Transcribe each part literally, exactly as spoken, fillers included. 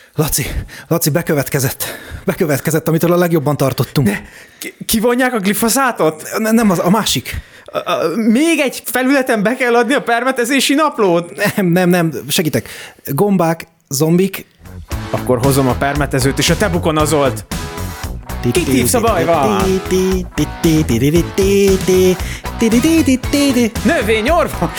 Laci, Laci, bekövetkezett. Bekövetkezett, amitől a legjobban tartottunk. De kivonják a glifoszátot? Ne, nem az, a másik. A, a, még egy felületen be kell adni a permetezési naplót? Nem, nem, nem, segítek. Gombák, zombik. Akkor hozom a permetezőt és a tebukonazolt. Kit hívsz a bajban? Növényorvos!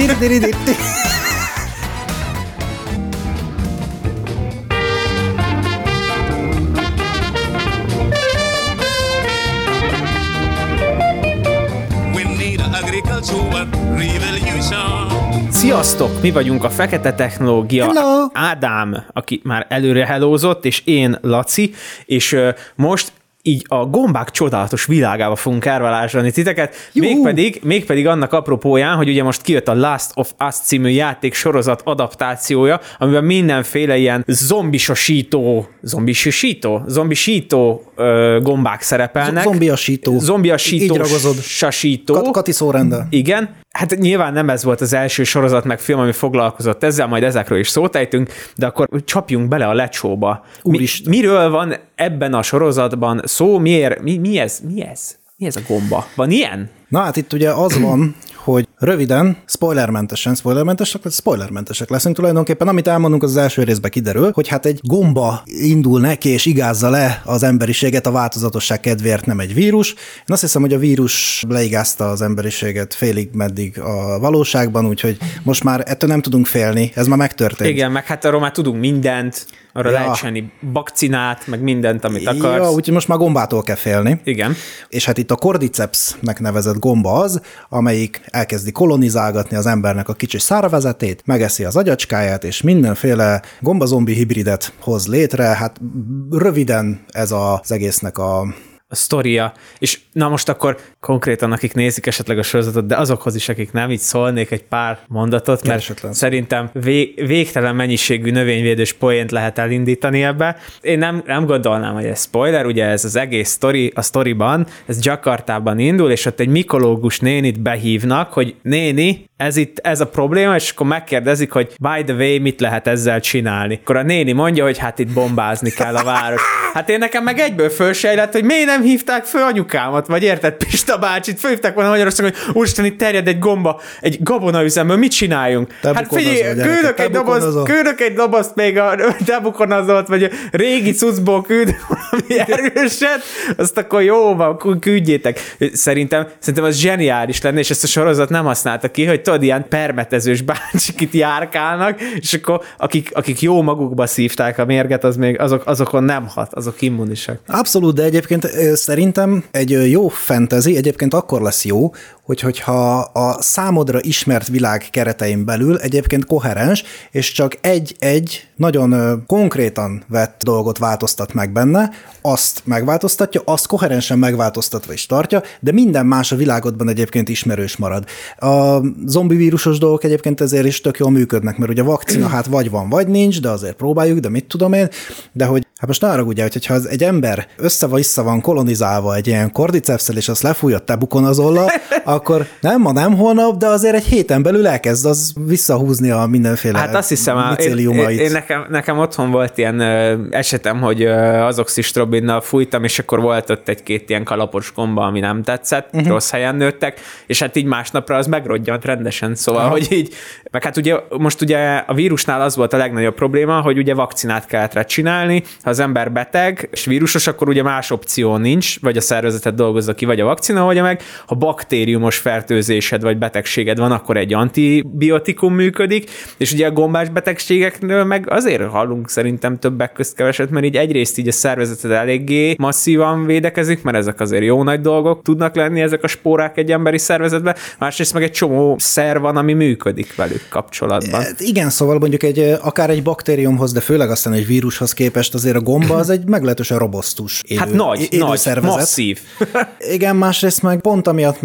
Sziasztok! Mi vagyunk a Fekete Technológia. Hello. Ádám, aki már előre hellózott, és én, Laci, és uh, most így a gombák csodálatos világába fogunk árvalásani titeket, mégpedig, mégpedig annak apropóján, hogy ugye most kijött a Last of Us című játék sorozat adaptációja, amiben mindenféle ilyen zombisosító, zombisosító? Zombisító ö, gombák szerepelnek. Zombiasító. Zombiasító. Így ragozod. Sasító. Kat- Kati szórendel. Igen. Hát nyilván nem ez volt az első sorozat, meg film, ami foglalkozott ezzel, majd ezekről is szót ejtünk, de akkor csapjunk bele a lecsóba. Mi, miről van ebben a sorozatban szó? Miért? Mi, mi ez? Mi ez? Mi ez a gomba? Van ilyen? Na hát itt ugye az van, hogy röviden, spoilermentesen, spoilermentesek, spoilermentesek leszünk tulajdonképpen. Amit elmondunk, az, az első részben kiderül, hogy hát egy gomba indul neki és igázza le az emberiséget a változatosság kedvéért, nem egy vírus. Én azt hiszem, hogy a vírus leigázta az emberiséget félig meddig a valóságban, úgyhogy most már ettől nem tudunk félni, ez már megtörtént. Igen, meg hát arról már tudunk mindent, arra ja. lehet csinálni vakcinát, meg mindent, amit akarsz. Ja, úgyhogy most már gombától kell félni. Igen. És hát itt a Cordycepsnek nevezett gomba az, amelyik elkezdi kolonizálgatni az embernek a kicsi szárvezetét, megeszi az agyacskáját, és mindenféle gombazombi hibridet hoz létre. Hát röviden ez az egésznek a a sztoria, és na most akkor konkrétan, akik nézik esetleg a sorozatot, de azokhoz is, akik nem, így szólnék egy pár mondatot, mert Keresetlen. Szerintem vég, végtelen mennyiségű növényvédős poént lehet elindítani ebbe. Én nem, nem gondolnám, hogy ez spoiler, ugye ez az egész sztori, a sztoriban, ez Jakartában indul, és ott egy mikológus nénit behívnak, hogy néni, ez itt, ez a probléma, és akkor megkérdezik, hogy by the way, mit lehet ezzel csinálni. Akkor a néni mondja, hogy hát itt bombázni kell a város. Hát én nekem meg egyből fölsejlett, hogy miért nem hívták föl anyukámat, vagy érted, Pista bácsit, fölhívták volna Magyarországon, hogy úristen, itt terjed egy gomba, egy gabonaüzemből, mit csináljunk? Te hát figyelj, küldök egy, doboz, küldök egy dobozt még a debukonazolt, vagy a régi cuccból küldök valami erőset, azt akkor jó van, küldjétek. Szerintem, szerintem az zseniális lenne, és ezt a sorozat nem használta ki, hogy tudod, ilyen permetezős bácsik itt járkálnak, és akkor akik, akik jó magukba szívták a mérget, az még azok, azokon nem hat, azok immunisak. Abszolút, de egyébként szerintem egy jó fantasy egyébként akkor lesz jó, hogy, hogyha a számodra ismert világ keretein belül egyébként koherens, és csak egy-egy nagyon konkrétan vett dolgot változtat meg benne, azt megváltoztatja, azt koherensen megváltoztatva is tartja, de minden más a világodban egyébként ismerős marad. A zombi vírusos dolgok egyébként ezért is tök jól működnek, mert ugye a vakcina hát vagy van, vagy nincs, de azért próbáljuk, de mit tudom én, de hogy hát most ne arra ugye, hogyha egy ember össze-vissza van kolonizálva egy ilyen kordycepsszel, és azt lefújja tebukonazollal, akkor nem ma, nem holnap, de azért egy héten belül elkezd az visszahúzni a mindenféle hát azt hiszem, micéliumait. Én, én nekem, nekem otthon volt ilyen ö, esetem, hogy azoxistrobinnal fújtam, és akkor volt ott egy-két ilyen kalapos gomba, ami nem tetszett, uh-huh. rossz helyen nőttek, és hát így másnapra az megrodjant rendesen, szóval, uh-huh. hogy így, meg hát ugye most ugye a vírusnál az volt a legnagyobb probléma, hogy ugye vakcinát kellett rá csinálni, ha az ember beteg és vírusos, akkor ugye más opció nincs, vagy a szervezetet dolgozza ki, vagy a vakcina oldja meg, ha baktériumos fertőzésed vagy betegséged van, akkor egy antibiotikum működik, és ugye a gombás betegségekről meg azért hallunk szerintem többek közt keveset, mert így egyrészt így a szervezeted eléggé masszívan védekezik, mert ezek azért jó nagy dolgok tudnak lenni, ezek a spórák egy emberi szervezetben, másrészt meg egy csomó szer van, ami működik velük kapcsolatban. Igen, szóval mondjuk egy, akár egy baktériumhoz, de főleg aztán egy vírushoz képest azért a gomba az egy meglehetősen robosztus élő, hát nagy, élő nagy, szervezet. masszív. Igen, másrészt meg pont amiatt, mert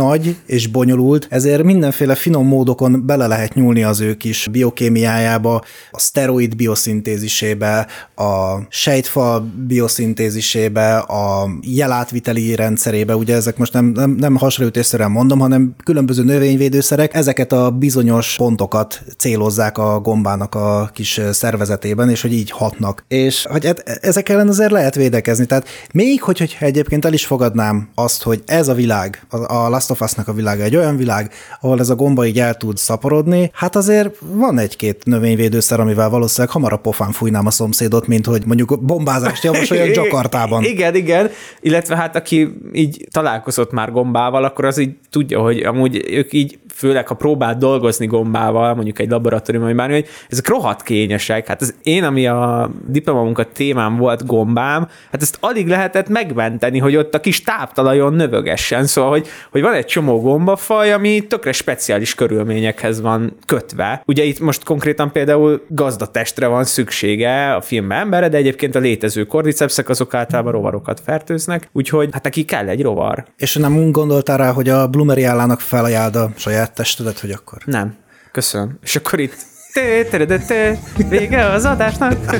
nagy és bonyolult, ezért mindenféle finom módokon bele lehet nyúlni az ő kis biokémiájába, a szteroid bioszintézisébe, a sejtfal bioszintézisébe, a jelátviteli rendszerébe, ugye ezek most nem, nem, nem hasraütésszerűen mondom, hanem különböző növényvédőszerek ezeket a bizonyos pontokat célozzák a gombának a kis szervezetében, és hogy így hatnak. És hogy ezek ellen azért lehet védekezni. Tehát még, hogy, hogyha egyébként el is fogadnám azt, hogy ez a világ, a Last of Us-nak a világa egy olyan világ, ahol ez a gomba így el tud szaporodni, hát azért van egy-két növényvédőszer, amivel valószínűleg hamarabb pofán fújnám a szomszédot, mint hogy mondjuk bombázást javasoljon Jakartában. Igen, igen. Illetve hát aki így találkozott már gombával, akkor az így tudja, hogy amúgy ők így főleg, ha próbál dolgozni gombával, mondjuk egy laboratóriumban, vagy bármi, hogy ezek rohadt kényesek. Hát az én, ami a diplomamunkat témám volt gombám, hát ezt alig lehetett megmenteni, hogy ott a kis táptalajon növögessen. Szóval, hogy, hogy van egy csomó gombafaj, ami tökre speciális körülményekhez van kötve. Ugye itt most konkrétan például gazdatestre van szüksége a filmben emberre, de egyébként a létező kordicepszek azok általában rovarokat fertőznek, úgyhogy hát neki kell egy rovar. És nem gondoltál rá, hogy a Blumeri állának felajánld a saját testedet, hogy akkor? Nem. Köszönöm. És akkor itt vége az adásnak.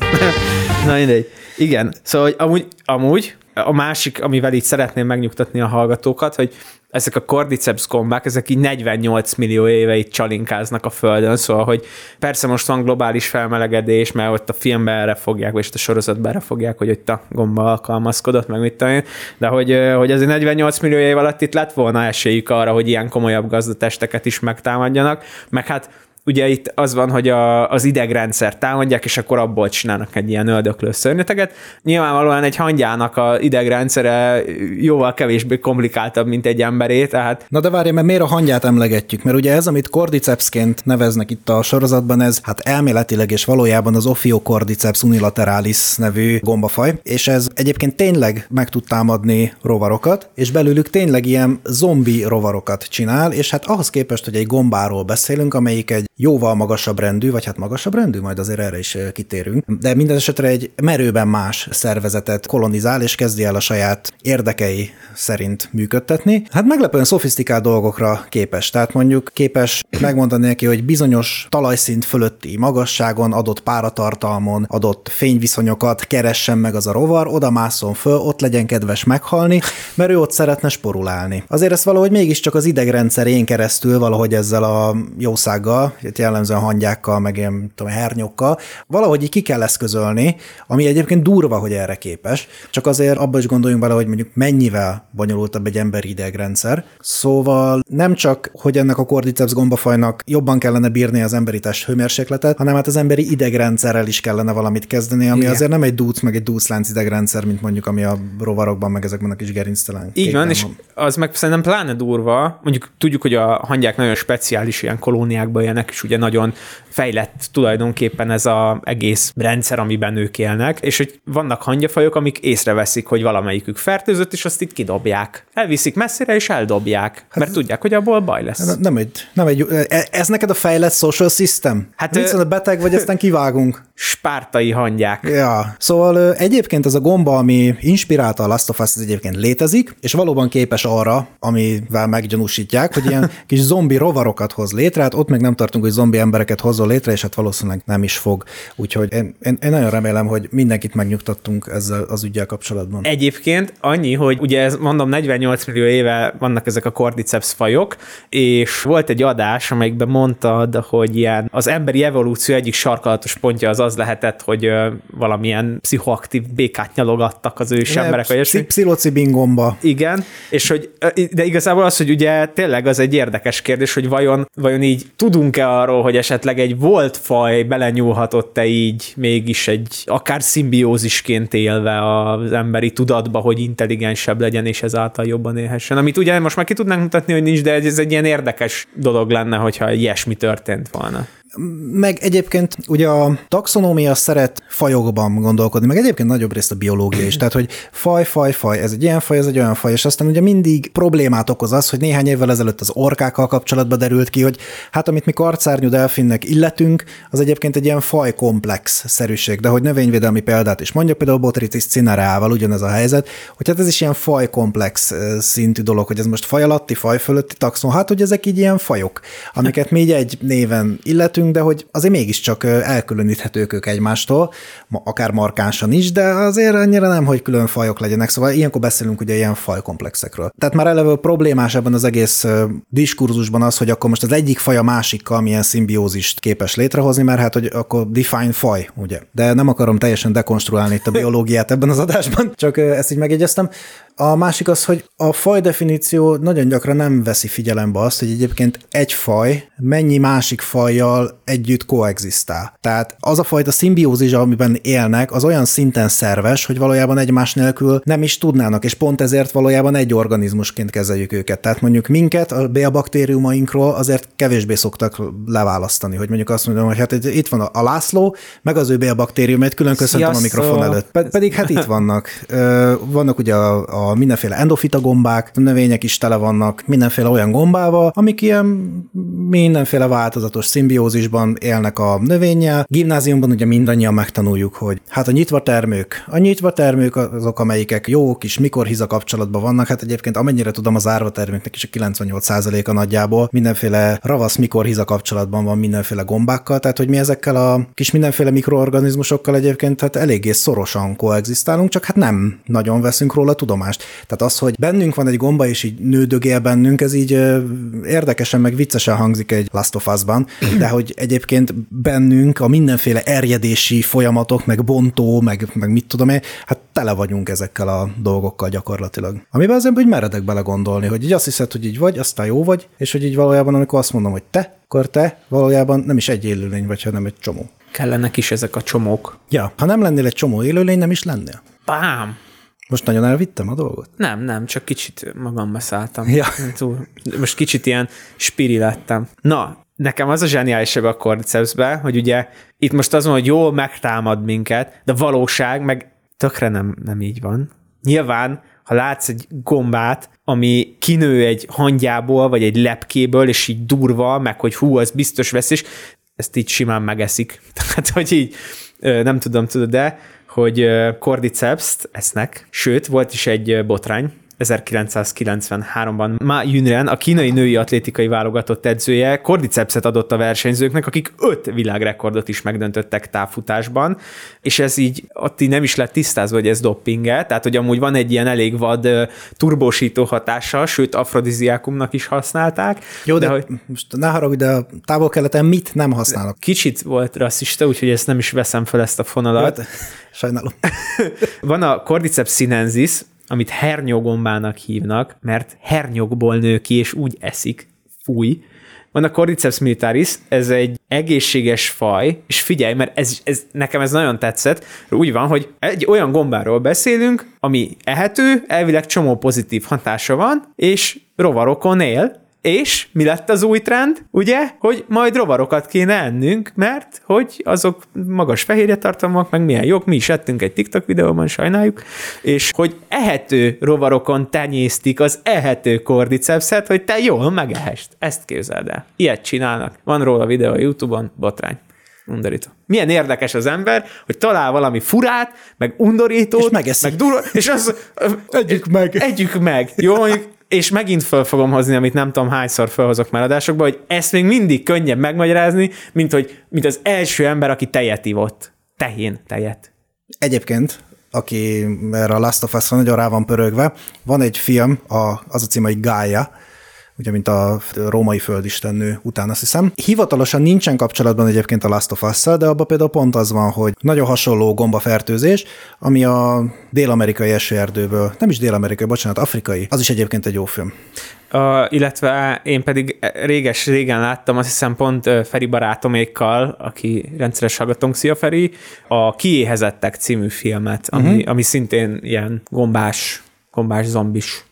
Na mindegy. Igen. Szóval hogy amúgy, amúgy a másik, amivel így szeretném megnyugtatni a hallgatókat, hogy ezek a cordyceps gombák, ezek így negyvennyolc millió éve itt csalinkáznak a Földön, szóval, hogy persze most van globális felmelegedés, mert ott a filmben erre fogják, vagy a sorozatban erre fogják, hogy ott a gomba alkalmazkodott, meg mit tudom én, de hogy, hogy azért negyvennyolc millió év alatt itt lett volna esélyük arra, hogy ilyen komolyabb gazdatesteket is megtámadjanak, meg hát ugye itt az van, hogy a, az idegrendszer támadják, és akkor abból csinálnak egy ilyen öldöklő szörnyeteget. Nyilvánvalóan egy hangyának a idegrendszere jóval kevésbé komplikáltabb, mint egy emberé, tehát... Na de várj, mert miért a hangyát emlegetjük? Mert ugye ez, amit cordycepsként neveznek itt a sorozatban, ez hát elméletileg és valójában az Ophiocordyceps unilateralis nevű gombafaj, és ez egyébként tényleg meg tud támadni rovarokat, és belőlük tényleg ilyen zombi rovarokat csinál, és hát ahhoz képest, hogy egy gombáról beszélünk, amelyik egy jóval magasabb rendű, vagy hát magasabb rendű, majd azért erre is kitérünk, de minden esetre egy merőben más szervezetet kolonizál, és kezdi el a saját érdekei szerint működtetni. Hát meglepően szofisztikált dolgokra képes, tehát mondjuk képes megmondani neki, hogy bizonyos talajszint fölötti magasságon, adott páratartalmon, adott fényviszonyokat keressen meg az a rovar, oda másszon föl, ott legyen kedves meghalni, mert ő ott szeretne sporulálni. Azért ezt valahogy mégiscsak az idegrendszerén keresztül valahogy ezzel a jószággal, jellemzően hangyákkal, meg ilyen tudom, hernyokkal, valahogy így ki kell eszközölni, ami egyébként durva, hogy erre képes, csak azért abba is gondoljunk bele, hogy mondjuk mennyivel bonyolultabb egy emberi idegrendszer. Szóval nem csak, hogy ennek a cordyceps gombafajnak jobban kellene bírni az emberi test hőmérsékletet, hanem hát az emberi idegrendszerrel is kellene valamit kezdeni, ami igen. Azért nem egy dúc, meg egy dúszlánc idegrendszer, mint mondjuk ami a rovarokban, meg ezekben a kis gerinctelen. Így van, és az meg szerintem pláne durva, mondjuk tudjuk, hogy a hangyák nagyon speciális ilyen kolóniákban élnek, és ugye nagyon fejlett tulajdonképpen ez az egész rendszer, amiben ők élnek, és hogy vannak hangyafajok, amik észreveszik, hogy valamelyikük fertőzött, és azt itt kidobják. Elviszik messzire, és eldobják, hát mert tudják, hogy abból baj lesz. Nem egy, nem egy, ez neked a fejlett social system? Hát viszont beteg vagy, aztán kivágunk. Spártai hangyák. Ja, szóval egyébként ez a gomba, ami inspirálta a Last of Us, ez egyébként létezik, és valóban képes arra, amivel meggyanúsítják, hogy ilyen kis zombi rovarokat hoz létre, hát ott még nem tartunk, hogy zombi embereket hozzon létre, és hát valószínűleg nem is fog. Úgyhogy én, én, én nagyon remélem, hogy mindenkit megnyugtattunk ezzel az üggyel kapcsolatban. Egyébként annyi, hogy ugye ez, mondom, negyvennyolc millió éve vannak ezek a cordyceps fajok, és volt egy adás, amelyikben mondtad, hogy ilyen az emberi evolúció egyik sarkalatos pontja az az lehetett, hogy ö, valamilyen pszichoaktív békát nyalogattak az ős emberek. Psz- pszilocibin gomba. Igen, és hogy, de igazából az, hogy ugye tényleg az egy érdekes kérdés, hogy vajon, vajon így tudunk-e arról, hogy esetleg egy volt faj belenyúlhatott-e így mégis egy akár szimbiózisként élve az emberi tudatba, hogy intelligensebb legyen, és ezáltal jobban élhessen. Amit ugye most már ki tudnánk mutatni, hogy nincs, de ez egy ilyen érdekes dolog lenne, hogyha ilyesmi történt volna. Meg egyébként ugye a taxonómia szeret fajokban gondolkodni, meg egyébként nagyobb részt a biológia is, tehát hogy faj, faj, faj, ez egy ilyen faj, ez egy olyan faj, és aztán ugye mindig problémát okoz az, hogy néhány évvel ezelőtt az orkákkal kapcsolatban derült ki, hogy hát amit mi karcárnyú delfinnek illetünk, az egyébként egy ilyen fajkomplex szerűség, de hogy növényvédelmi példát is mondja, például Botrytis cinereával ugyanez a helyzet, hogy hát ez is ilyen fajkomplex szintű dolog, hogy ez most faj alatti, faj fölötti taxon, hát hogy ezek így ilyen fajok, amiket mi így egy néven illetünk, de hogy azért mégiscsak elkülöníthetők ők egymástól, akár markánsan is, de azért annyira nem, hogy külön fajok legyenek, szóval ilyenkor beszélünk ugye ilyen fajkomplexekről. Tehát már eleve problémás ebben az egész diskurzusban az, hogy akkor most az egyik faj a másikkal milyen szimbiózist képes létrehozni, mert hát, hogy akkor define faj, ugye. De nem akarom teljesen dekonstruálni itt a biológiát ebben az adásban, csak ezt így megjegyeztem. A másik az, hogy a faj definíció nagyon gyakran nem veszi figyelembe azt, hogy egyébként egy faj mennyi másik fajjal együtt koexisztál. Tehát az a fajta szimbiózis, amiben élnek, az olyan szinten szerves, hogy valójában egymás nélkül nem is tudnának, és pont ezért valójában egy organizmusként kezeljük őket. Tehát mondjuk minket, a bél-baktériumainkról azért kevésbé szoktak leválasztani, hogy mondjuk azt mondom, hogy hát itt van a László, meg az ő bél-baktériumait, külön köszöntöm a mikrofon előtt. Pedig hát itt vannak. Vannak ugye a, a a mindenféle endofita gombák, a növények is tele vannak mindenféle olyan gombával, amik ilyen mindenféle változatos szimbiózisban élnek a növényel. Gimnáziumban ugye mindannyian megtanuljuk, hogy hát a nyitva termők, a nyitva termők azok, amelyikek jó kis mikorhiza kapcsolatban vannak, hát egyébként amennyire tudom, az árva termőknek is a kilencvennyolc százaléka nagyjából mindenféle ravasz mikorhiza kapcsolatban van mindenféle gombákkal, tehát hogy mi ezekkel a kis mindenféle mikroorganizmusokkal egyébként hát eléggé szorosan koexisztálunk, csak hát nem nagyon veszünk róla tudomást. Tehát az, hogy bennünk van egy gomba, és így nődögél bennünk, ez így érdekesen, meg viccesen hangzik egy Last of Us-ban, de hogy egyébként bennünk a mindenféle erjedési folyamatok, meg bontó, meg, meg mit tudom én, hát tele vagyunk ezekkel a dolgokkal gyakorlatilag. Amiben azért, hogy meredek bele gondolni, hogy így azt hiszed, hogy így vagy, aztán jó vagy, és hogy így valójában, amikor azt mondom, hogy te, akkor te valójában nem is egy élőlény vagy, hanem egy csomó. Kellenek is ezek a csomók. Ja, ha nem lennél egy csomó élőlény, nem is lennél. Bám! Most nagyon elvittem a dolgot? Nem, nem, csak kicsit magamba szálltam. Ja. Most kicsit ilyen spiri lettem. Na, nekem az a zseniálisabb a Cordycepsben, hogy ugye itt most az van, hogy jól megtámad minket, de valóság meg tökre nem, nem így van. Nyilván, ha látsz egy gombát, ami kinő egy hangyából, vagy egy lepkéből, és így durva, meg hogy hú, az biztos veszélyes, ezt így simán megeszik. Tehát, hogy így nem tudom, tudod, de hogy Cordyceps-t esznek, sőt, volt is egy botrány, ezerkilencszázkilencvenháromban Ma Yunren, a kínai női atlétikai válogatott edzője Cordycepset adott a versenyzőknek, akik öt világrekordot is megdöntöttek távfutásban, és ez így ott így nem is lett tisztázva, hogy ez doppinge, tehát hogy amúgy van egy ilyen elég vad turbósító hatása, sőt afrodiziákumnak is használták. Jó, de, de hogy most ne haragudj, de a távol-keleten mit nem használnak? Kicsit volt rasszista, úgyhogy ezt nem is veszem fel ezt a fonalat. Hát, sajnálom. Van a Cordyceps sinensis, amit hernyógombának hívnak, mert hernyókból nő ki, és úgy eszik. Fúj. Van a Cordyceps militaris, ez egy egészséges faj, és figyelj, mert ez, ez, nekem ez nagyon tetszett, úgy van, hogy egy olyan gombáról beszélünk, ami ehető, elvileg csomó pozitív hatása van, és rovarokon él, és mi lett az új trend, ugye? Hogy majd rovarokat kéne ennünk, mert hogy azok magas fehérjetartalmak, meg milyen jók, mi is ettünk egy TikTok videóban, sajnáljuk, és hogy ehető rovarokon tenyésztik az ehető Cordycepset, hogy te jól megehest. Ezt képzeld el. Ilyet csinálnak. Van róla videó a YouTube-on, botrány. Undorító. Milyen érdekes az ember, hogy talál valami furát, meg undorítót, és megeszik. meg durva, és az... Együk meg. Együk meg. Jó, mondjuk, és megint föl fogom hozni, amit nem tudom hányszor felhozok már adásokba, hogy ezt még mindig könnyebb megmagyarázni, mint, hogy, mint az első ember, aki tejet ivott. Tehén tejet. Egyébként, aki erre a Last of Us-ra nagyon rá van pörögve, van egy film, a, az a címe, hogy Gaia, ugye, mint a római földistennő után, azt hiszem. Hivatalosan nincsen kapcsolatban egyébként a Last of Us-szal, de abban például pont az van, hogy nagyon hasonló gombafertőzés, ami a dél-amerikai esőerdőből, nem is dél-amerikai, bocsánat, afrikai, az is egyébként egy jó film. Uh, illetve én pedig réges-régen láttam, azt hiszem pont Feri barátomékkal, aki rendszeres hallgatónk, szia Feri, a Kiéhezettek című filmet, ami, uh-huh. ami szintén ilyen gombás, gombás zombis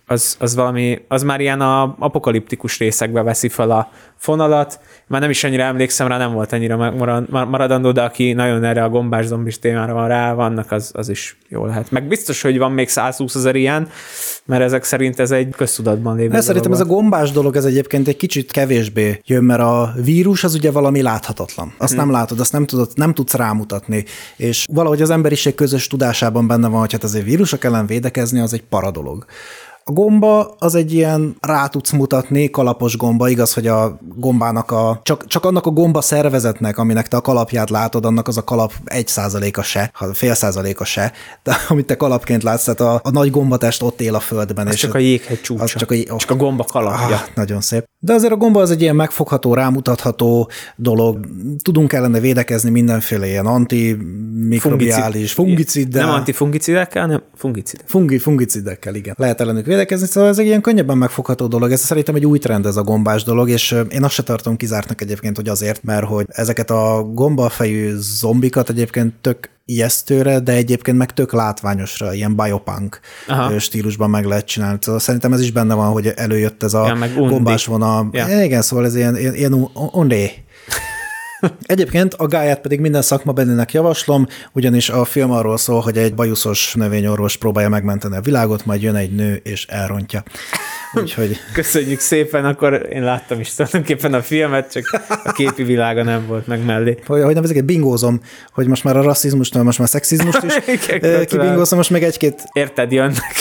az, az valami, az már ilyen a apokaliptikus részekbe veszi fel a fonalat. Már nem is annyira emlékszem rá, nem volt annyira maradandó, de aki nagyon erre a gombás zombis témára van rá, vannak, az, az is jó lehet. Meg biztos, hogy van még százhúszezer ilyen, mert ezek szerint ez egy köztudatban lévő. Szerintem ez a gombás dolog, ez egyébként egy kicsit kevésbé jön, mert a vírus az ugye valami láthatatlan. Azt hmm. nem látod, azt nem tudod, nem tudsz rámutatni. És valahogy az emberiség közös tudásában benne van, hogy hát azért vírusok ellen védekezni, az egy paradolog. A gomba az egy ilyen rá tudsz mutatni, kalapos gomba, igaz, hogy a gombának a, csak, csak annak a gomba szervezetnek, aminek te a kalapját látod, annak az a kalap egy százaléka se, fél százaléka se, de amit te kalapként látsz, tehát a, a nagy gombatest ott él a földben. Az és csak a jéghegy csúcsa, csak a, oh, csak a gomba kalapja. Ah, nagyon szép. De azért a gomba az egy ilyen megfogható, rámutatható dolog. Tudunk ellene védekezni mindenféle ilyen antimikrobiális, fungiciddel. Nem antifungicidekkel, hanem fungicidekkel. Fungi, fungicidekkel, igen. Lehet ellenük védekezni, szóval ez egy ilyen könnyebben megfogható dolog. Ez szerintem egy új trend, ez a gombás dolog, és én azt se tartom kizártnak egyébként, hogy azért, mert hogy ezeket a gombafejű zombikat egyébként tök ijesztőre, de egyébként meg tök látványosra, ilyen biopunk Aha. stílusban meg lehet csinálni. Szóval szerintem ez is benne van, hogy előjött ez a ja, gombás vonal. Ja. Igen, szóval ez ilyen, ilyen, ilyen undé. Egyébként a gályát pedig minden szakmabelinek javaslom, ugyanis a film arról szól, hogy egy bajuszos növényorvos próbálja megmenteni a világot, majd jön egy nő és elrontja. Úgyhogy... Köszönjük szépen, akkor én láttam is tulajdonképpen a filmet, csak a képi világa nem volt meg mellé. Hogy, hogy nem, ezeket bingózom, hogy most már a rasszizmustól, most már a szexizmust is kibingózom, most meg egy-két... Érted, jönnek.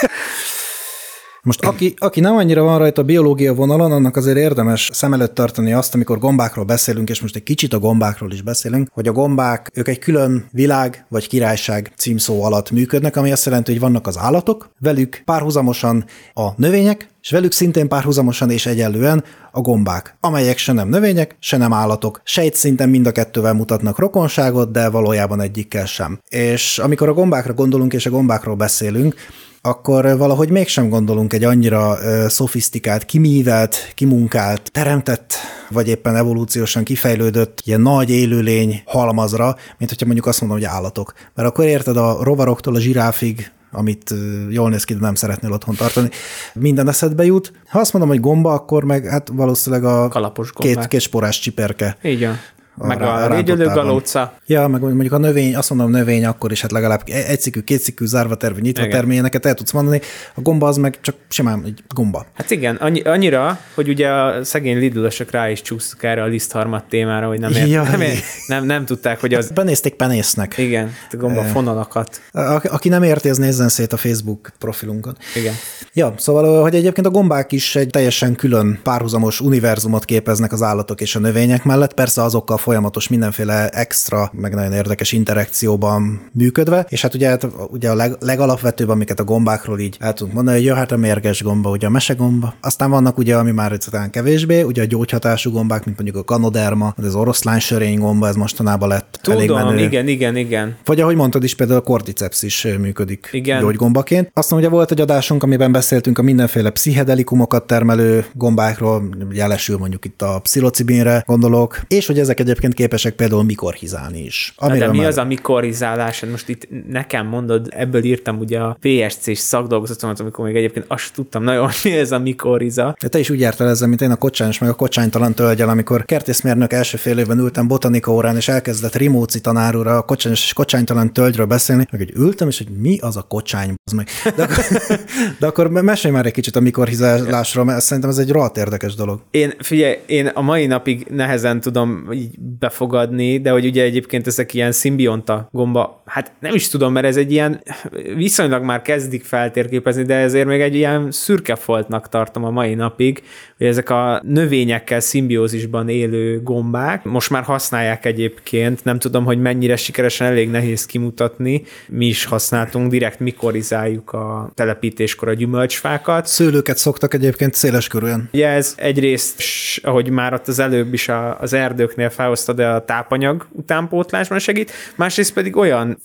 Most aki, aki nem annyira van rajta a biológia vonalon, annak azért érdemes szem előtt tartani azt, amikor gombákról beszélünk, és most egy kicsit a gombákról is beszélünk, hogy a gombák, ők egy külön világ vagy királyság címszó alatt működnek, ami azt jelenti, hogy vannak az állatok, velük párhuzamosan a növények, és velük szintén párhuzamosan és egyenlően a gombák, amelyek se nem növények, se nem állatok. Sejtszinten mind a kettővel mutatnak rokonságot, de valójában egyikkel sem. És amikor a gombákra gondolunk és a gombákról beszélünk, akkor valahogy mégsem gondolunk egy annyira ö, szofisztikált, kimívelt, kimunkált, teremtett, vagy éppen evolúciósan kifejlődött ilyen nagy élőlény halmazra, mint hogyha mondjuk azt mondom, hogy állatok. Mert akkor érted, a rovaroktól a zsiráfig, amit jól néz ki, de nem szeretnél otthon tartani, minden eszedbe jut. Ha azt mondom, hogy gomba, akkor meg hát valószínűleg a kalapos két, két sporás csiperke. Így van. Meg a, a régyölő galóca. Ja, meg mondjuk a növény, azt mondom növény, akkor is hát legalább egy cikű, két cikű, zárva tervű, nyitva igen. terményeket el tudsz mondani. A gomba az meg csak simán egy gomba. Hát igen, annyi, annyira, hogy ugye a szegény Lidl-ösök rá is csúsztak erre a lisztharmad témára, hogy nem, ért, ja, nem, ért, nem, nem tudták, hogy az... Benézték penésznek. Igen, a gomba fonalakat. A, aki nem érti, az nézzen szét a Facebook profilunkon. Igen. Ja, szóval, hogy egyébként a gombák is egy teljesen külön párhuzamos univerzumot képeznek az állatok és a növények mellett, persze azokkal folyamatos mindenféle extra, meg nagyon érdekes interakcióban működve, és hát ugye, ugye a leg, legalapvetőbb, amiket a gombákról így el tudunk mondani, hogy jó, hát a mérges gomba, ugye a mesegomba, aztán vannak ugye, ami már talán kevésbé, ugye a gyógyhatású gombák, mint mondjuk a ganoderma, az oroszlán sörény gomba, ez mostanában lett Tudom, elég menő. igen, igen, igen. Vagy ahogy mondtad is, például a cordyceps is működik igen. gyógygombaként. Aztán ugye volt egy adásunk, amiben beszéltünk a mindenféle pszichedelikumokat termelő gombákról, jelesül mondjuk itt a pszilocibinre gondolok, és hogy ezek egyébként képesek például mikorhizálni is. De mi már... az a mikorhizálás? Most itt nekem mondod, ebből írtam ugye a pé es cés szakdolgozatomat, amikor még egyébként azt tudtam nagyon, mi ez a mikorhiza. De te is úgy jártál ezzel, mint én a kocsányos, meg a kocsánytalan tölgyel, amikor kertészmérnök első fél évben ültem botanika órán, és elkezdett Rimóci tanár úr a kocsányos és kocsánytalan tölgyről beszélni, meg hogy ültem, és hogy mi az a kocsány, meg. De, akkor, de akkor mesélj már egy kicsit a mikorhizálásról, mert szerintem ez egy rohadt érdekes dolog. Én, figyelj, én a mai napig nehezen tudom így befogadni, de hogy ugye egyébként ezek ilyen szimbionta gomba, hát nem is tudom, mert ez egy ilyen, viszonylag már kezdik feltérképezni, de ezért még egy ilyen szürke foltnak tartom a mai napig, hogy ezek a növényekkel szimbiózisban élő gombák most már használják egyébként, nem tudom, hogy mennyire sikeresen, elég nehéz kimutatni, mi is használtunk, direkt mikorizáljuk a telepítéskor a gyümölcsfákat. Szőlőket szoktak egyébként széleskörűen. Ugye ez egyrészt, ahogy már ott az előbb is az erdőknél felhoztad, de a tápanyag utánpótlásban segít, másrészt pedig olyan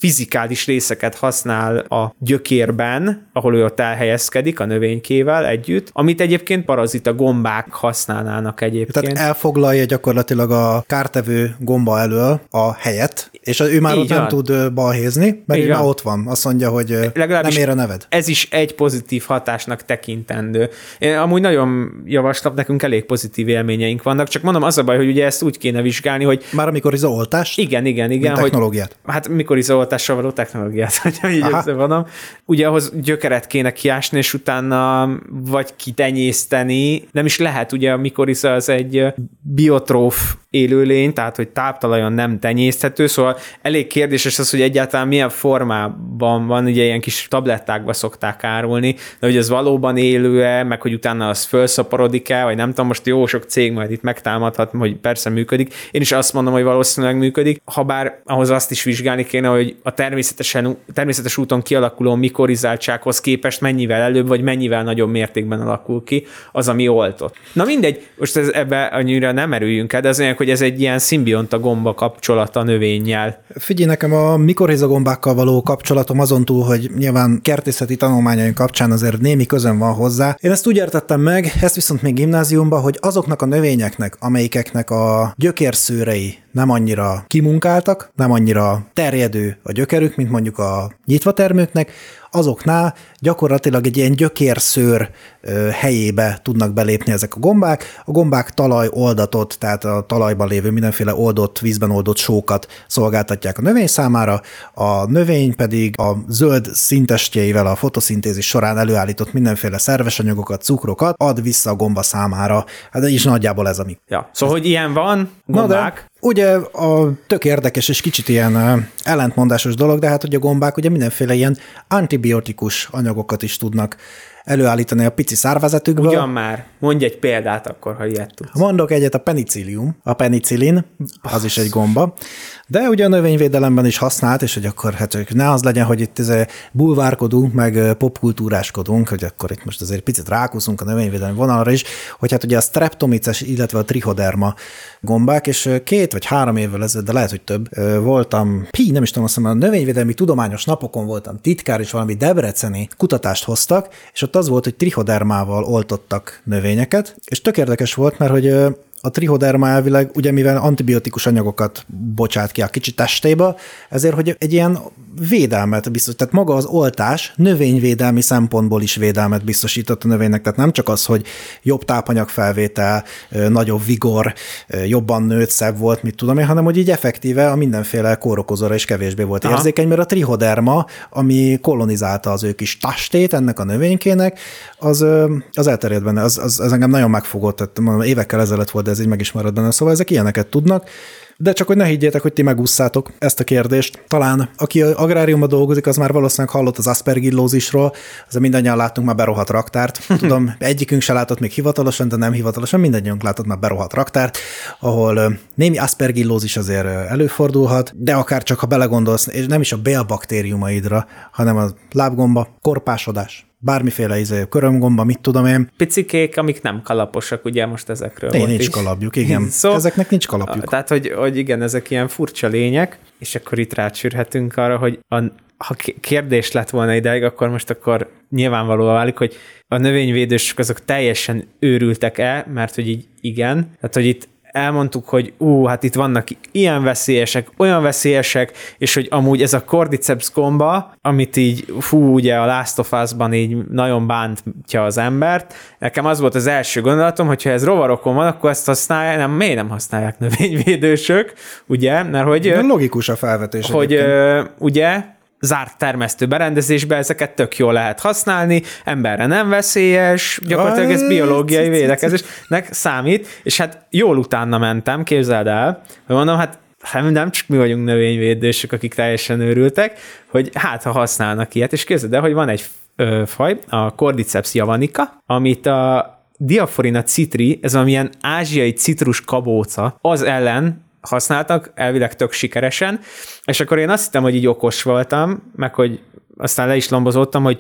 fizikális részeket használ a gyökérben, ahol ő ott elhelyezkedik a növénykével együtt, amit egyébként parazita gombák használnának egyébként. Tehát elfoglalja gyakorlatilag a kártevő gomba elől a helyet, és ő már így ott van. Nem tud balhézni, mert így ő már ott van. Azt mondja, hogy legalábbis nem ér a neved. Ez is egy pozitív hatásnak tekintendő. Én amúgy nagyon javaslom, nekünk elég pozitív élményeink vannak, csak mondom, az a baj, hogy ugye ezt úgy kéne vizsgálni, hogy... Már a mikorizaoltást? Igen, igen, igen. Technológiát. Hogy, hát mikorizaoltással való technológiát, hogyha így összevonom. Ugye ahhoz gyökeret kéne kiásni, és utána vagy kitenyészteni. Nem is lehet, ugye a mikoriza az egy biotróf élőlény, tehát hogy táptalajon nem tenyészthető, szóval elég kérdéses az, hogy egyáltalán milyen formában van, ugye ilyen kis tablettákba szokták árulni, de hogy ez valóban élő-e, meg hogy utána az felszaporodik-e, vagy nem tudom, most jó sok cég majd itt megtámadhat, hogy persze működik. Én is azt mondom, hogy valószínűleg működik, habár ahhoz azt is vizsgálni kéne, hogy a természetesen, természetes úton kialakuló mikorizáltsághoz képest mennyivel előbb, vagy mennyivel nagyobb mértékben alakul ki az, ami oltott. Na mindegy, most ez, ebbe annyira nem erüljünk el, de az olyan, hogy ez egy ilyen szimbionta gomba kapcsolata a növényjel. Figyelj, nekem a mikorizagombákkal való kapcsolatom azon túl, hogy nyilván kertészeti tanulmányaink kapcsán azért némi közön van hozzá. Én ezt úgy értettem meg, ezt viszont még gimnáziumban, hogy azoknak a növényeknek, amelyikeknek a gyökérszőrei nem annyira kimunkáltak, nem annyira terjedő a gyökerük, mint mondjuk a nyitvatermőknek, azoknál gyakorlatilag egy ilyen gyökérszőr helyébe tudnak belépni ezek a gombák. A gombák talajoldatot, tehát a talajban lévő mindenféle oldott, vízben oldott sókat szolgáltatják a növény számára, a növény pedig a zöld szintestjeivel a fotoszintézis során előállított mindenféle szerves anyagokat, cukrokat ad vissza a gomba számára. Hát is nagyjából ez, ami. Ja. Szóval, hogy ilyen van, gombák. Ugye a tök érdekes és kicsit ilyen ellentmondásos dolog, de hát ugye a gombák ugye mindenféle ilyen antibiotikus anyagokat is tudnak előállítani a pici szárvezetükből. Ugyan már. Mondj egy példát akkor, ha ilyet tudsz. Mondok egyet, a penicillium, a penicillin, az is egy gomba, de ugye a növényvédelemben is használt, és hogy akkor hát ne az legyen, hogy itt bulvárkodunk, meg popkultúráskodunk, hogy akkor itt most azért picit rákúszunk a növényvédelmi vonalra is, hogy hát ugye a streptomices, illetve a trichoderma gombák, és két vagy három évvel ezelőtt, de lehet, hogy több, voltam, pí, nem is tudom, azt mondom, a növényvédelmi tudományos napokon voltam titkár, és valami debreceni kutatást hoztak, és ott az volt, hogy trichodermával oltottak növényeket, és tök érdekes volt, mert hogy a trichoderma elvileg, ugye mivel antibiotikus anyagokat bocsát ki a kicsi testébe, ezért, hogy egy ilyen védelmet biztosít, tehát maga az oltás növényvédelmi szempontból is védelmet biztosított a növénynek, tehát nem csak az, hogy jobb tápanyagfelvétel, nagyobb vigor, jobban nőtt, szebb volt, mit tudom én, hanem hogy így effektíve a mindenféle kórokozóra is kevésbé volt Aha. érzékeny, mert a trichoderma, ami kolonizálta az ő kis testét ennek a növénykének, az, az elterjedt benne, az, az, az engem nagyon megfogott, tehát mondom, évekkel ezelőtt volt, de ez így meg is maradt benne, szóval ezek ilyeneket tudnak. De csak hogy ne higgyétek, hogy ti megúszszátok ezt a kérdést. Talán aki agráriumban dolgozik, az már valószínűleg hallott az aspergillózisról, az mindannyian láttunk már berohadt raktárt. Tudom, egyikünk se látott még hivatalosan, de nem hivatalosan, mindannyiunk látott már berohadt raktárt, ahol némi aspergillózis azért előfordulhat, de akár csak ha belegondolsz, és nem is a bélbaktériumaidra, hanem a lábgomba, korpásodás, bármiféle izé, körömgomba, mit tudom én. Picikék, amik nem kalaposak, ugye most ezekről Én volt nincs is. kalapjuk, igen. Szóval, ezeknek nincs kalapjuk. Tehát, hogy, hogy igen, ezek ilyen furcsa lények, és akkor itt rácsürhetünk arra, hogy a, ha kérdés lett volna ideig, akkor most akkor nyilvánvalóan válik, hogy a növényvédősök azok teljesen őrültek-e, mert hogy így igen, tehát, hogy itt elmondtuk, hogy ú, hát itt vannak ilyen veszélyesek, olyan veszélyesek, és hogy amúgy ez a cordyceps gomba, amit így, fú, ugye a Last of Us-ban így nagyon bántja az embert. Nekem az volt az első gondolatom, hogyha ez rovarokon van, akkor ezt használják, nem, miért nem használják növényvédősök, ugye? Mert hogy... De logikus a felvetés. Hogy ö, ugye... zárt termesztő berendezésbe ezeket tök jól lehet használni, emberre nem veszélyes, gyakorlatilag ez biológiai védekezésnek számít, és hát jól utána mentem, képzeld el, hogy mondom, hát nem csak mi vagyunk növényvédősök, akik teljesen őrültek, hogy hát ha használnak ilyet, és képzeld el, hogy van egy ö, faj, a Cordyceps javanica, amit a Diaphorina citri, ez valamilyen ázsiai citrus kabóca, az ellen használtak, elvileg tök sikeresen, és akkor én azt hittem, hogy így okos voltam, meg hogy aztán le is lombozottam, hogy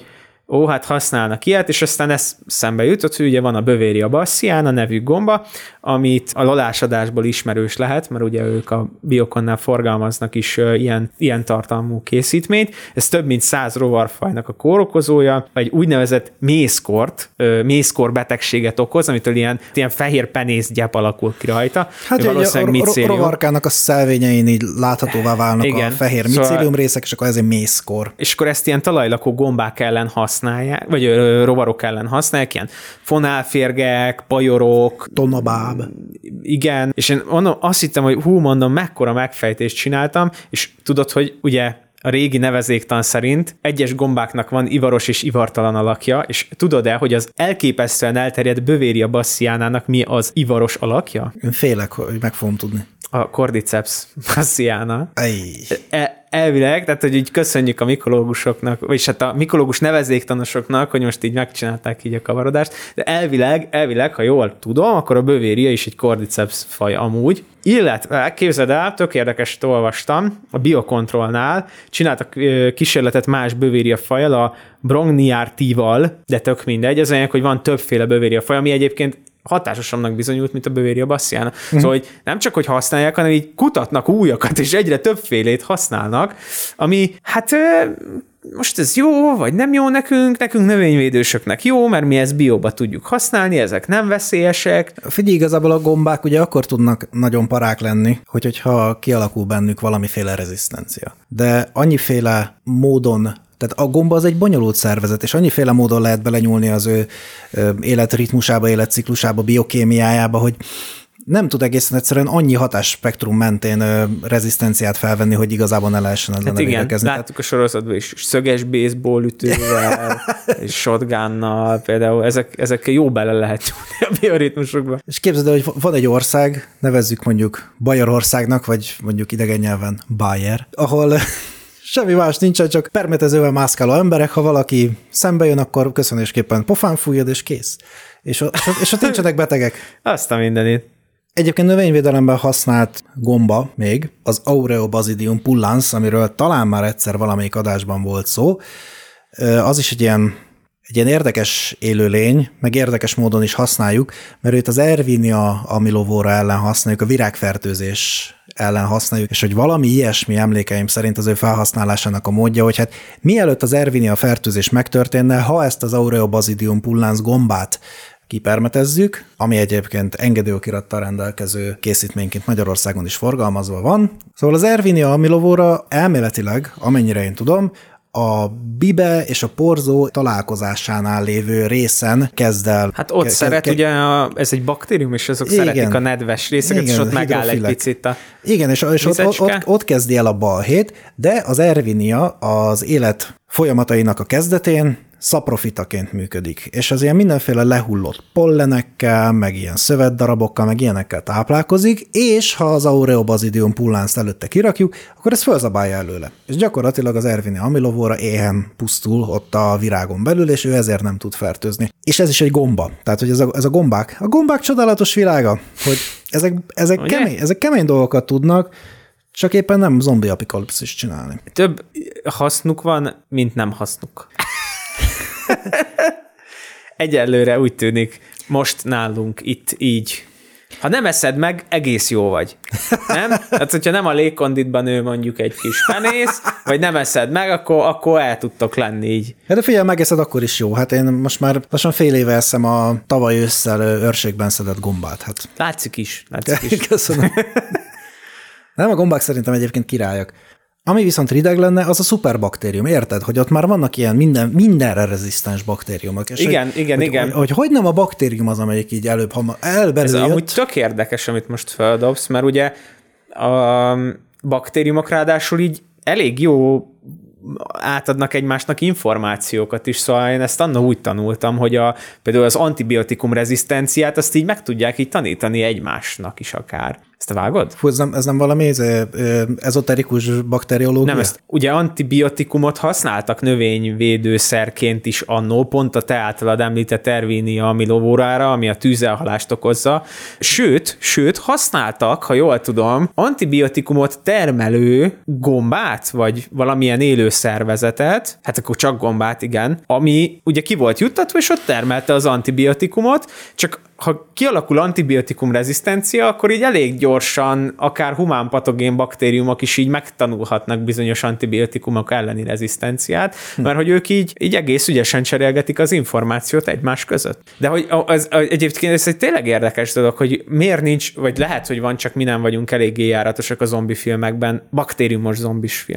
ó, hát használnak ilyet, és aztán ez szembe jutott, hogy ugye van a Bövéria bassiana nevű gomba, amit a lolásadásból ismerős lehet, mert ugye ők a Biokonnál forgalmaznak is ilyen, ilyen tartalmú készítményt. Ez több mint száz rovarfajnak a kórokozója, egy úgynevezett mészkort, mészkor betegséget okoz, amitől ilyen, ilyen fehér penészgyep alakul ki rajta. Hát valószínűleg a, a rovarkának a szelvényein így láthatóvá válnak igen, a fehér micélium szóval, részek, és akkor ez egy mészkor. És akkor ezt ilyen talajlakó gombák ellen használják, vagy rovarok ellen használják, ilyen fonálférgek, pajorok, tonabáb. Igen, és én mondom, azt hittem, hogy hú, mondom, mekkora megfejtést csináltam, és tudod, hogy ugye a régi nevezéktan szerint egyes gombáknak van ivaros és ivartalan alakja, és tudod-e, hogy az elképesztően elterjedt Bövéria bassianának mi az ivaros alakja? Én félek, hogy meg fogom tudni. A Cordyceps bassiana. E- elvileg, tehát hogy így köszönjük a mikológusoknak, vagyis hát a mikológus nevezéktanosoknak, hogy most így megcsinálták így a kavarodást, de elvileg, elvileg, ha jól tudom, akkor a Bövéria is egy Cordyceps faj amúgy, illetve képzeld el, tök érdekeset olvastam, a Biocontrolnál csináltak kísérletet más Bövéria fajjal, a Brongniartival, de tök mindegy, az olyan, hogy van többféle Bövéria faj, ami egyébként hatásosabbnak bizonyult, mint a Bövéria bassiana. Uh-huh. Szóval, hogy nem csak, hogy használják, hanem így kutatnak újakat, és egyre többfélét használnak, ami, hát most ez jó, vagy nem jó nekünk, nekünk növényvédősöknek jó, mert mi ezt bióba tudjuk használni, ezek nem veszélyesek. Figyelj, igazából a gombák ugye akkor tudnak nagyon parák lenni, hogy, hogyha kialakul bennük valamiféle rezisztencia. De annyiféle módon, tehát a gomba az egy bonyolult szervezet, és annyiféle módon lehet belenyúlni az ő életritmusába, életciklusába, biokémiájába, hogy nem tud egészen egyszerűen annyi hatásspektrum mentén ö, rezisztenciát felvenni, hogy igazából ne lehessen ezen hát védekezni. Igen, láttuk a sorozatban is szöges baseball ütővel, és shotgunnal, például ezek, ezekkel jó bele lehet nyúlni a bioritmusokba. És képzeld el, hogy van egy ország, nevezzük mondjuk Bajorországnak, vagy mondjuk idegen nyelven Bayer, ahol semmi más nincsen, csak permetezővel mászkáló emberek, ha valaki szembe jön, akkor köszönésképpen pofán fújjad, és kész. És ott, és ott nincsenek betegek. Azt a mindenit. Egyébként növényvédelemben használt gomba még, az Aureobasidium pullans, amiről talán már egyszer valamelyik adásban volt szó, az is egy ilyen, egy ilyen érdekes élőlény, meg érdekes módon is használjuk, mert őt az Erwinia amylovora ellen használjuk, a virágfertőzés ellen használjuk, és hogy valami ilyesmi emlékeim szerint az ő felhasználásának a módja, hogy hát mielőtt az Erwinia fertőzés megtörténne, ha ezt az Aureobasidium pullans gombát kipermetezzük, ami egyébként engedélyokirattal rendelkező készítményként Magyarországon is forgalmazva van. Szóval az Erwinia amylovora elméletileg, amennyire én tudom, a bibe és a porzó találkozásánál lévő részen kezd el. Hát ott ke- szeret, ke- ugye a, ez egy baktérium, és azok igen, szeretik a nedves részeket, igen, és ott megáll egy picit a igen, és, és ott, ott, ott, ott kezdi el a balhét, de az Erwinia az élet folyamatainak a kezdetén szaprofitaként működik, és az ilyen mindenféle lehullott pollenekkel, meg ilyen szövetdarabokkal, meg ilyenekkel táplálkozik, és ha az Aureobasidium pullans előtte kirakjuk, akkor ez fölzabálja előle. És gyakorlatilag az Erwinia amylovora éhen pusztul ott a virágon belül, és ő ezért nem tud fertőzni. És ez is egy gomba. Tehát, hogy ez a, ez a gombák, a gombák csodálatos világa, hogy ezek, ezek, kemény, ezek kemény dolgokat tudnak, csak éppen nem zombi apokalipszist csinálni. Több hasznuk van, mint nem hasznuk. Egyelőre úgy tűnik, most nálunk itt így. Ha nem eszed meg, egész jó vagy. Nem? Hát, hogyha nem a légkonditban nő mondjuk egy kis penész, vagy nem eszed meg, akkor, akkor el tudtok lenni így. Hát de figyelj, megeszed, akkor is jó. Hát én most már lassan fél éve eszem a tavaly ősszel őrségben szedett gombát. Hát. Látszik is. Látszik is. Köszönöm. Nem, a gombák szerintem egyébként királyak. Ami viszont rideg lenne, az a szuperbaktérium, érted? Hogy ott már vannak ilyen minden, mindenre rezisztens baktériumok. És igen, hogy, igen, hogy, igen. Hogy, hogy hogy nem a baktérium az, amelyik így előbb elbelül Ez amúgy tök érdekes, amit most feldobsz, mert ugye a baktériumok ráadásul így elég jó átadnak egymásnak információkat is, szóval én ezt annak úgy tanultam, hogy a, például az antibiotikum rezisztenciát azt így meg tudják így tanítani egymásnak is akár. Ezt te vágod? Fú, ez nem, ez nem valami ez, ezoterikus bakteriológia? Nem, ezt ugye antibiotikumot használtak növényvédőszerként is annó, pont a te általad említett Erwinia amilóvorára, ami a tűzelhalást okozza. Sőt, sőt, használtak, ha jól tudom, antibiotikumot termelő gombát, vagy valamilyen élő szervezetet, hát akkor csak gombát, igen, ami ugye ki volt juttatva, és ott termelte az antibiotikumot, csak ha kialakul antibiotikum rezisztencia, akkor így elég gyorsan akár humán patogén baktériumok is így megtanulhatnak bizonyos antibiotikumok elleni rezisztenciát, hm. mert hogy ők így, így egész ügyesen cserélgetik az információt egymás között. De hogy az, az, egyébként ez egy tényleg érdekes dolog, hogy miért nincs, vagy lehet, hogy van, csak mi nem vagyunk eléggé járatosak a zombi filmekben, baktériumos zombis film.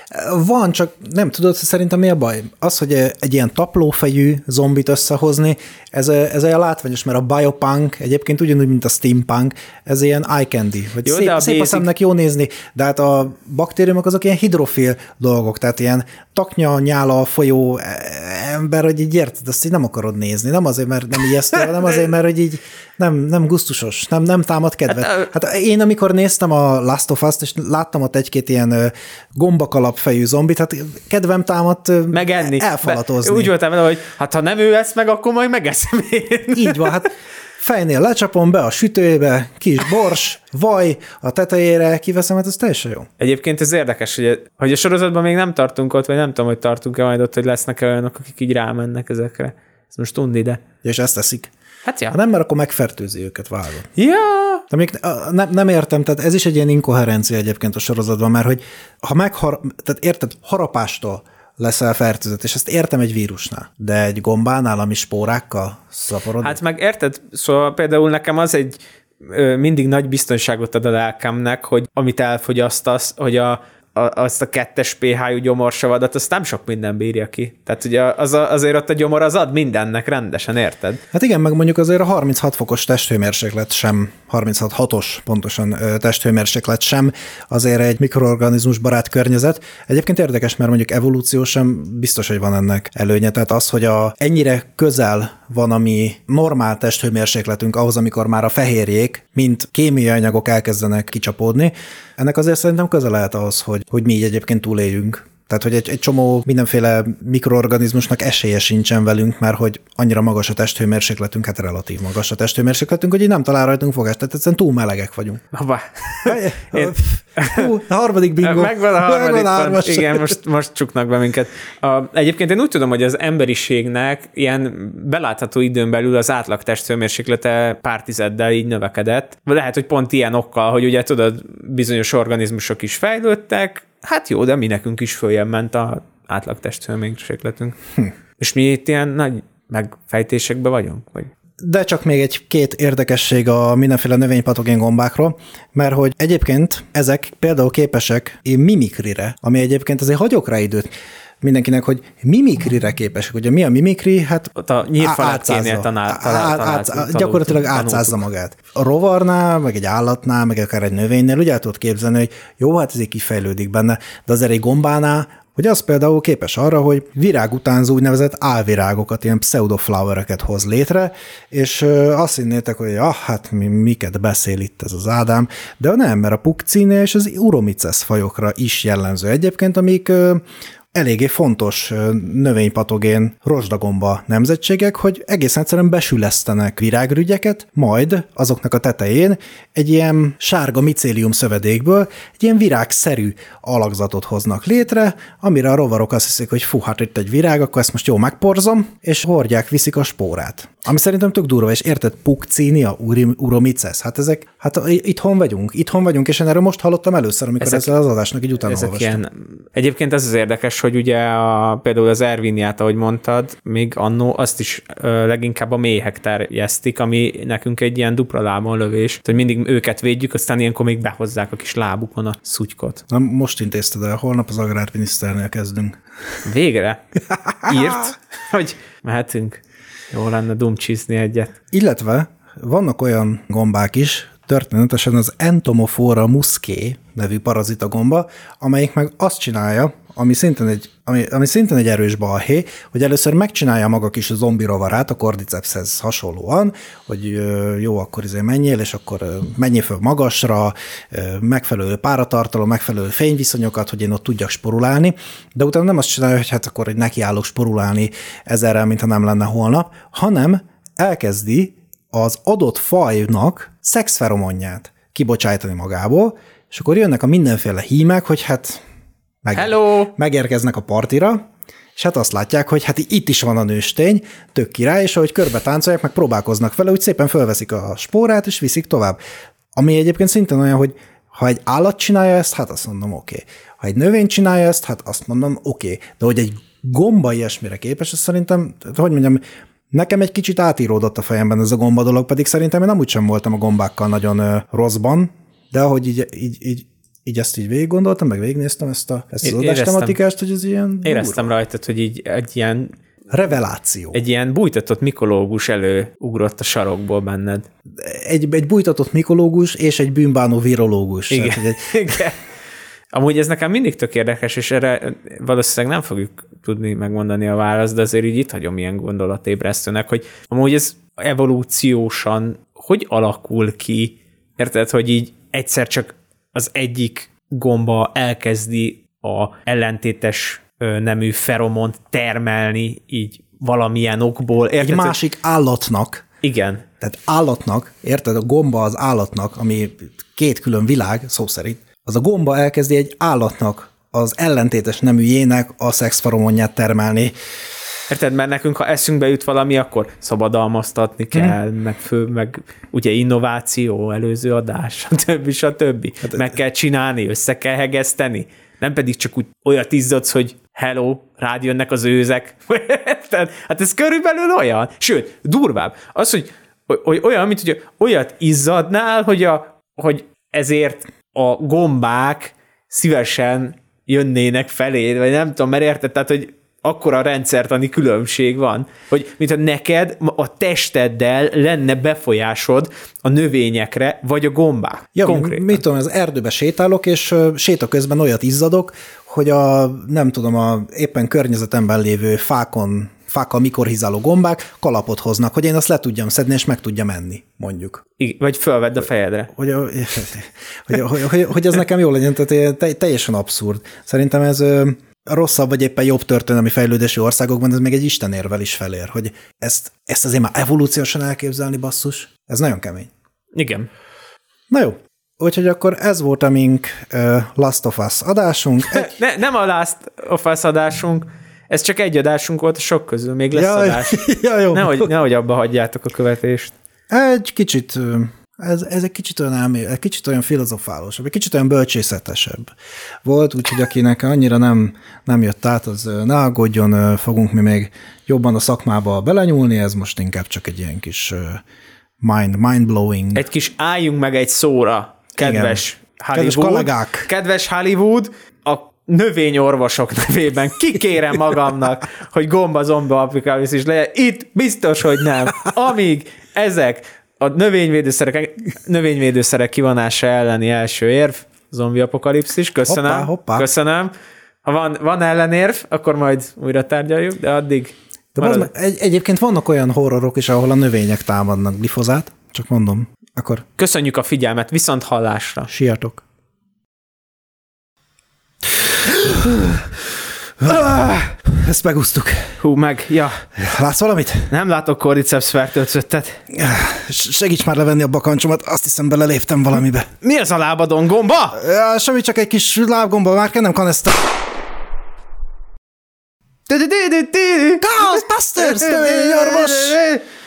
Van, csak nem tudod, szerintem mi a baj? Az, hogy egy ilyen taplófejű zombit összehozni, ez, ez olyan látványos, mert a biopunk egyébként ugyanúgy, mint a steampunk, ez ilyen eye candy, vagy jó, szép, a, szép a szemnek jó nézni, de hát a baktériumok azok ilyen hidrofil dolgok, tehát ilyen taknya, nyála, folyó ember, hogy így érted, azt így nem akarod nézni, nem azért, mert nem ijesztő, nem azért, mert hogy így nem, nem gusztusos, nem, nem támad kedvet. Hát, hát én, amikor néztem a Last of Us-t, és láttam ott egy-két ilyen gombakalapfejű zombit, hát kedvem támadt megenni. Elfalatozni. Úgy voltam vele, hogy hát ha nem ő lesz meg, akkor majd megeszem én. Így van, hát fejnél lecsapom be a sütőjébe, kis bors, vaj a tetejére, kiveszem, hát ez teljesen jó. Egyébként ez érdekes, hogy, hogy a sorozatban még nem tartunk ott, vagy nem tudom, hogy tartunk-e majd ott, hogy lesznek olyanok, akik így rámennek ezekre. Ez most tundi, de. És ezt teszik. Hát ja. Ha nem, mert akkor megfertőzi őket, vágod. Ja. De még nem, nem értem, tehát ez is egy ilyen inkoherencia egyébként a sorozatban, mert hogy ha meghar, tehát érted, harapástól leszel fertőzött, és ezt értem egy vírusnál, de egy gombánál, ami spórákkal szaporod. Hát meg érted, szóval például nekem az egy ö, mindig nagy biztonságot ad a lelkemnek, hogy amit elfogyasztasz, hogy a azt a kettes pé há-jú gyomorsavadat, azt nem sok minden bírja ki. Tehát ugye az a, azért ott a gyomor az ad mindennek rendesen, érted? Hát igen, meg mondjuk azért a harminchat fokos testhőmérséklet sem, harminchat hatos pontosan testhőmérséklet sem, azért egy mikroorganizmus barát környezet. Egyébként érdekes, mert mondjuk evolúció sem biztos, hogy van ennek előnye. Tehát az, hogy a, ennyire közel van a mi normál testhőmérsékletünk ahhoz, amikor már a fehérjék, mint kémiai anyagok elkezdenek kicsapódni, ennek azért szerintem közel lehet ahhoz, hogy, hogy mi így egyébként túléljünk. Tehát, hogy egy, egy csomó mindenféle mikroorganizmusnak esélye sincsen velünk, mert hogy annyira magas a testhőmérsékletünk, hát relatív magas a testhőmérsékletünk, hogy így nem talál rajtunk fogást, tehát egyszerűen túl melegek vagyunk. Hoppá. Én... Hú, a harmadik bingo. Megvan a harmadik, Megvan a igen, most, most csuknak be minket. A, egyébként én úgy tudom, hogy az emberiségnek ilyen belátható időn belül az átlag testhőmérséklete pár tizeddel így növekedett. Lehet, hogy pont ilyen okkal, hogy ugye tudod, bizonyos organizmusok is fejlődtek, hát jó, de mi nekünk is följebb ment az átlag testhőmérsékletünk. Hm. És mi itt ilyen nagy megfejtésekben vagyunk? Vagy? De csak még egy-két érdekesség a mindenféle növénypatogén gombákról, mert hogy egyébként ezek például képesek mimikrire, ami egyébként azért hagyok rá időt mindenkinek, hogy mimikrire képesek. Ugye mi a mimikri? Hát ott a nyírfalatkénél talált. Gyakorlatilag átszázza magát. A rovarnál, meg egy állatnál, meg akár egy növénynél úgy el tudod képzelni, hogy jó, hát ez így kifejlődik benne, de azért egy gombánál, hogy az például képes arra, hogy virágutánzó úgynevezett álvirágokat, ilyen pseudoflowereket hoz létre, és azt hinnétek, hogy ah, hát mi, miket beszél itt ez az Ádám, de nem, mert a Puccinia és az Uromicesz fajokra is jellemző egyébként, amik eléggé fontos növénypatogén rozsdagomba nemzetségek, hogy egész egyszerűen besülesztenek virágrügyeket, majd azoknak a tetején egy ilyen sárga micélium szövedékből egy ilyen virágszerű alakzatot hoznak létre, amire a rovarok azt hiszik, hogy fú, hát itt egy virág, akkor ezt most jól megporzom, és hordják, viszik a spórát. Ami szerintem tök durva, és érted, Puccinia, Uromicesz, hát ezek, hát itthon vagyunk, itthon vagyunk, és én erről most hallottam először, amikor ezek, ezzel az adásnak így utána olvastam. Ilyen, egyébként ez az érdekes, hogy ugye a, például az Erwiniát, ahogy mondtad, még annó azt is ö, leginkább a méhek terjesztik, ami nekünk egy ilyen dupla lábon lövés, hogy mindig őket védjük, aztán ilyenkor még behozzák a kis lábukon a szutykot. Na, most intézted el, holnap az agrárminiszternél kezdünk. Végre? Írt, hogy mehetünk. Jó lenne dumcsizni egyet. Illetve vannak olyan gombák is, történetesen az Entomophora muscae nevű parazita gomba, amelyik meg azt csinálja ami szintén egy, ami, ami szintén egy erős balhé, hogy először megcsinálja maga kis zombi rovarát a cordycepshez hasonlóan, hogy jó, akkor izé menjél, és akkor menjél föl magasra, megfelelő páratartalom, megfelelő fényviszonyokat, hogy én ott tudjak sporulálni, de utána nem azt csinálja, hogy hát akkor egy nekiállok sporulálni ezerrel, mintha nem lenne holnap, hanem elkezdi az adott fajnak szexferomonját kibocsájtani magából, és akkor jönnek a mindenféle hímek, hogy hát meg, Hello! megérkeznek a partira, és hát azt látják, hogy hát itt is van a nőstény, tök király, és ahogy körbe táncolják, meg próbálkoznak vele, úgy szépen fölveszik a spórát, és viszik tovább. Ami egyébként szintén olyan, hogy ha egy állat csinálja ezt, hát azt mondom, oké. Okay. Ha egy növény csinálja ezt, hát azt mondom, oké. Okay. De hogy egy gomba ilyesmire képes, azt szerintem, hogy mondjam, nekem egy kicsit átíródott a fejemben ez a gomba dolog, pedig szerintem én nem úgy sem voltam a gombákkal nagyon uh, rosszban, de ahogy így, így, így, így ezt így végig gondoltam, meg végignéztem ezt, a, ezt az adástematikát, hogy ez ilyen... Éreztem durva rajtad, hogy így egy ilyen... Reveláció. Egy ilyen bújtatott mikológus előugrott a sarokból benned. Egy, egy bújtatott mikológus és egy bűnbánó virológus. Igen. Tehát, egy... Igen. Amúgy ez nekem mindig tök érdekes, és erre valószínűleg nem fogjuk tudni megmondani a választ, de azért így itt hagyom ilyen gondolatébresztőnek, hogy amúgy ez evolúciósan hogy alakul ki, érted, hogy így egyszer csak az egyik gomba elkezdi a ellentétes nemű feromont termelni így valamilyen okból. Érted, egy másik hogy... állatnak. Igen. Tehát állatnak, érted, a gomba az állatnak, ami két külön világ, szó szerint, az a gomba elkezdi egy állatnak, az ellentétes neműjének a szexferomonját termelni. Érted, mert nekünk, ha eszünkbe jut valami, akkor szabadalmaztatni kell, hmm. meg, fő, meg ugye innováció, előző adás, stb. stb. Hát, meg kell csinálni, össze kell hegeszteni. Nem pedig csak úgy olyat izzadsz, hogy hello, rád jönnek az őzek. Hát ez körülbelül olyan. Sőt, durvább. Az, hogy, hogy olyan, mint hogy olyat izzadnál, hogy, a, hogy ezért a gombák szívesen jönnének feléd, vagy nem tudom, mert érted, tehát, hogy akkora rendszertani különbség van, hogy mintha neked a testeddel lenne befolyásod a növényekre, vagy a gombák. Ja, konkrétan. Mit tudom, az erdőbe sétálok, és séta közben olyat izzadok, hogy a, nem tudom, a éppen környezetemben lévő fákon, fákkal mikor hizáló gombák kalapot hoznak, hogy én azt le tudjam szedni, és meg tudjam enni, mondjuk. Igen, vagy fölvedd a fejedre. Hogy, hogy, hogy, hogy, hogy ez nekem jó legyen, tehát teljesen abszurd. Szerintem ez rosszabb, vagy éppen jobb történelmi fejlődési országokban, ez még egy istenérvel is felér, hogy ezt, ezt azért már evolúciósan elképzelni, basszus, ez nagyon kemény. Igen. Na jó, úgyhogy akkor ez volt a mink uh, Last of Us adásunk. Egy... Ne, nem a Last of Us adásunk, ez csak egy adásunk volt a sok közül, még lesz ja, adás. Ja, jó. Nehogy, nehogy abba hagyjátok a követést. Egy kicsit... Ez, ez egy kicsit olyan elmé, egy kicsit olyan filozofálósabb, egy kicsit olyan bölcsészetesebb volt, úgyhogy akinek annyira nem, nem jött át, az ne aggódjon, fogunk mi még jobban a szakmába belenyúlni, ez most inkább csak egy ilyen kis mind, mind-blowing. Egy kis álljunk meg egy szóra, kedves igen. Hollywood. Kedves kollégák. Kedves Hollywood, a növényorvosok nevében kikérem magamnak, hogy gomba zomba apokalipszis legyen. Itt biztos, hogy nem. Amíg ezek a növényvédőszerek, növényvédőszerek kivonása elleni első érv, zombi apokalipszis, köszönöm. Hoppá, hoppá. Köszönöm. Ha van, van ellenérv, akkor majd újra tárgyaljuk, de addig... De marad... egy, egyébként vannak olyan horrorok is, ahol a növények támadnak, glifozát, csak mondom. Akkor... Köszönjük a figyelmet, viszont hallásra. Siatok. Ezt megúsztuk. Hú, meg, ja. Látsz valamit? Nem látok cordyceps fertőzöttet. Segíts már levenni a bakancsomat, azt hiszem beleléptem valamibe. Mi az a lábadon, gomba? Ja, semmi, csak egy kis lábgomba, már nem kan ezt a... Ghostbusters, növényorvos!